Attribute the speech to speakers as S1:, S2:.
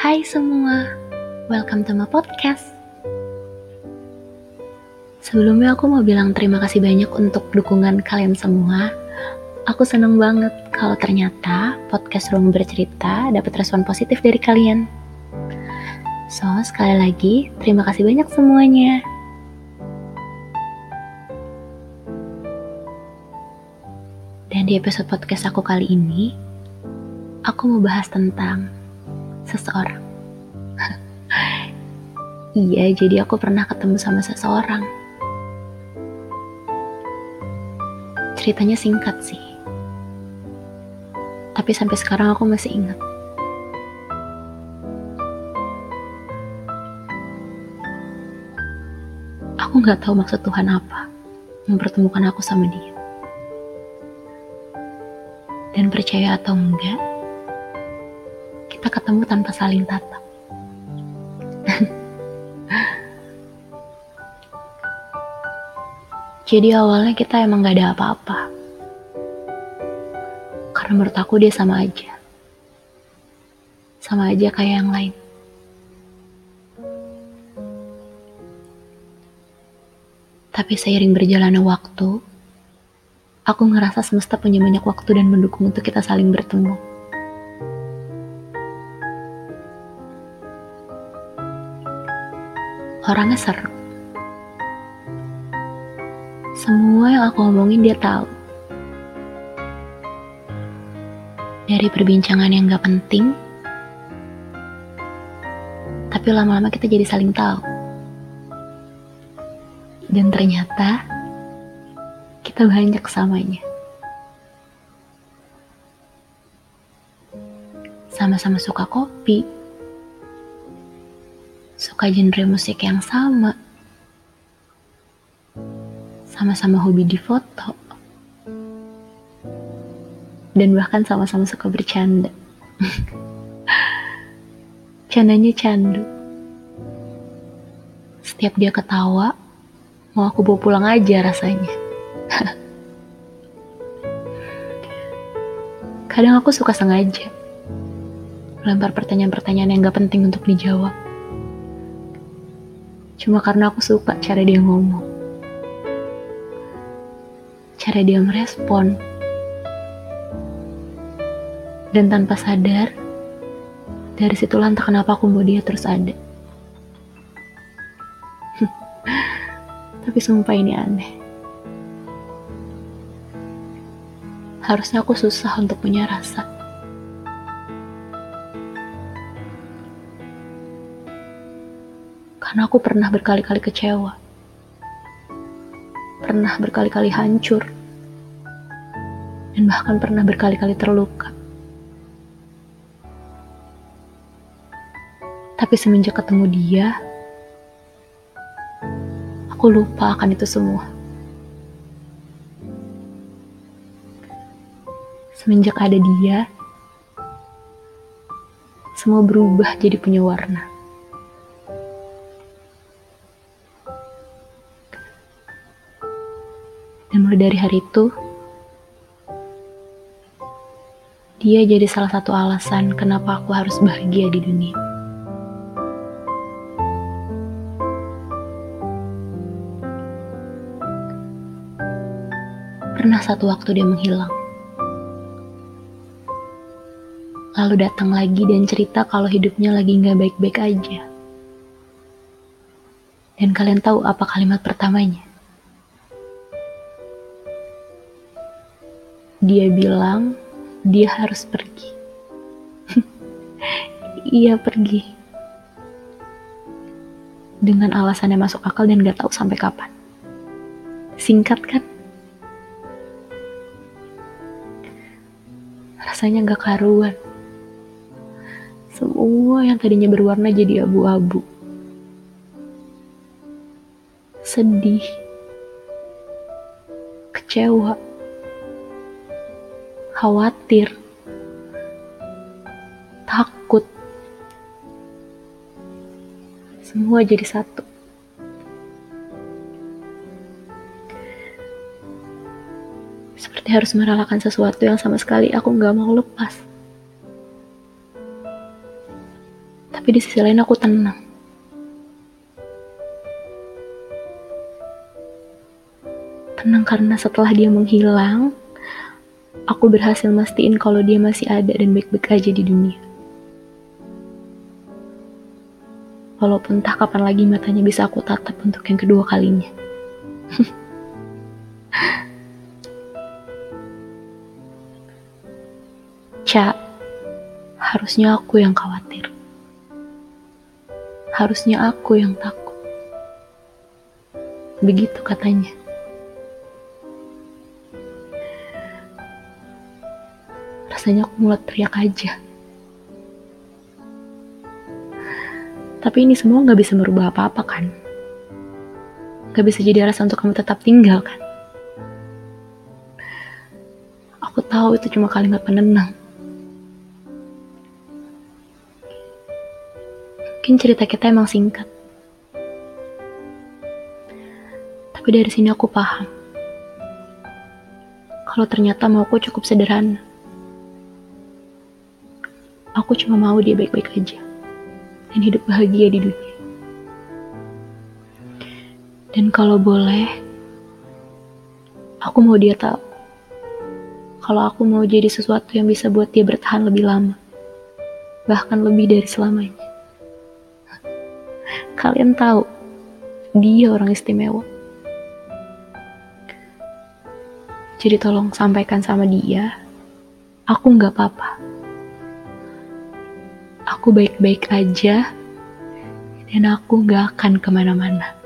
S1: Hai semua, welcome to my podcast. Sebelumnya aku mau bilang terima kasih banyak untuk dukungan kalian semua. Aku seneng banget kalau ternyata podcast Ruang Bercerita dapat respon positif dari kalian. So, sekali lagi, terima kasih banyak semuanya. Dan di episode podcast aku kali ini, aku mau bahas tentang seseorang. Iya, jadi aku pernah ketemu sama seseorang. Ceritanya singkat sih. Tapi sampai sekarang aku masih ingat. Aku gak tahu maksud Tuhan apa mempertemukan aku sama dia. Dan percaya atau enggak, kita ketemu tanpa saling tatap. Jadi awalnya kita emang gak ada apa-apa. Karena menurut aku dia sama aja. Sama aja kayak yang lain. Tapi seiring berjalannya waktu, aku ngerasa semesta punya banyak waktu dan mendukung untuk kita saling bertemu. Orangnya seru. Semua yang aku ngomongin dia tahu. Dari perbincangan yang gak penting, tapi lama-lama kita jadi saling tahu. Dan ternyata, kita banyak samanya. Sama-sama suka kopi, suka genre musik yang sama, sama-sama hobi di foto, dan bahkan sama-sama suka bercanda. Candanya candu. Setiap dia ketawa, mau aku bawa pulang aja rasanya. Kadang aku suka sengaja lempar pertanyaan-pertanyaan yang gak penting untuk dijawab. Cuma karena aku suka cara dia ngomong, cara dia merespon. Dan tanpa sadar, dari situlah entah kenapa aku mau dia terus ada. Tapi sumpah ini aneh. Harusnya aku susah untuk punya rasa. Karena aku pernah berkali-kali kecewa. Pernah berkali-kali hancur. Dan bahkan pernah berkali-kali terluka. Tapi semenjak ketemu dia, aku lupa akan itu semua. Semenjak ada dia, semua berubah jadi punya warna. Dan mulai dari hari itu, dia jadi salah satu alasan kenapa aku harus bahagia di dunia. Pernah satu waktu dia menghilang. Lalu datang lagi dan cerita kalau hidupnya lagi gak baik-baik aja. Dan kalian tahu apa kalimat pertamanya? Dia bilang dia harus pergi. Iya, pergi. Dengan alasannya masuk akal dan gak tahu sampai kapan. Singkat kan? Rasanya gak karuan. Semua yang tadinya berwarna jadi abu-abu. Sedih. Kecewa. Khawatir. Takut. Semua jadi satu. Seperti harus merelakan sesuatu yang sama sekali aku gak mau lepas. Tapi di sisi lain aku tenang. Tenang karena setelah dia menghilang, aku berhasil mastiin kalau dia masih ada dan baik-baik aja di dunia. Walaupun entah kapan lagi matanya bisa aku tatap untuk yang kedua kalinya. Ca, harusnya aku yang khawatir. Harusnya aku yang takut. Begitu katanya. Rasanya aku mulai teriak aja. Tapi ini semua gak bisa merubah apa-apa kan? Gak bisa jadi alasan untuk kamu tetap tinggal kan? Aku tahu itu cuma kalimat penenang. Mungkin cerita kita emang singkat. Tapi dari sini aku paham. Kalau ternyata mauku cukup sederhana. Aku cuma mau dia baik-baik aja. Dan hidup bahagia di dunia. Dan kalau boleh, aku mau dia tahu. Kalau aku mau jadi sesuatu yang bisa buat dia bertahan lebih lama. Bahkan lebih dari selamanya. Kalian tahu, dia orang istimewa. Jadi tolong sampaikan sama dia, aku gak apa-apa. Aku baik-baik aja, dan aku gak akan kemana-mana.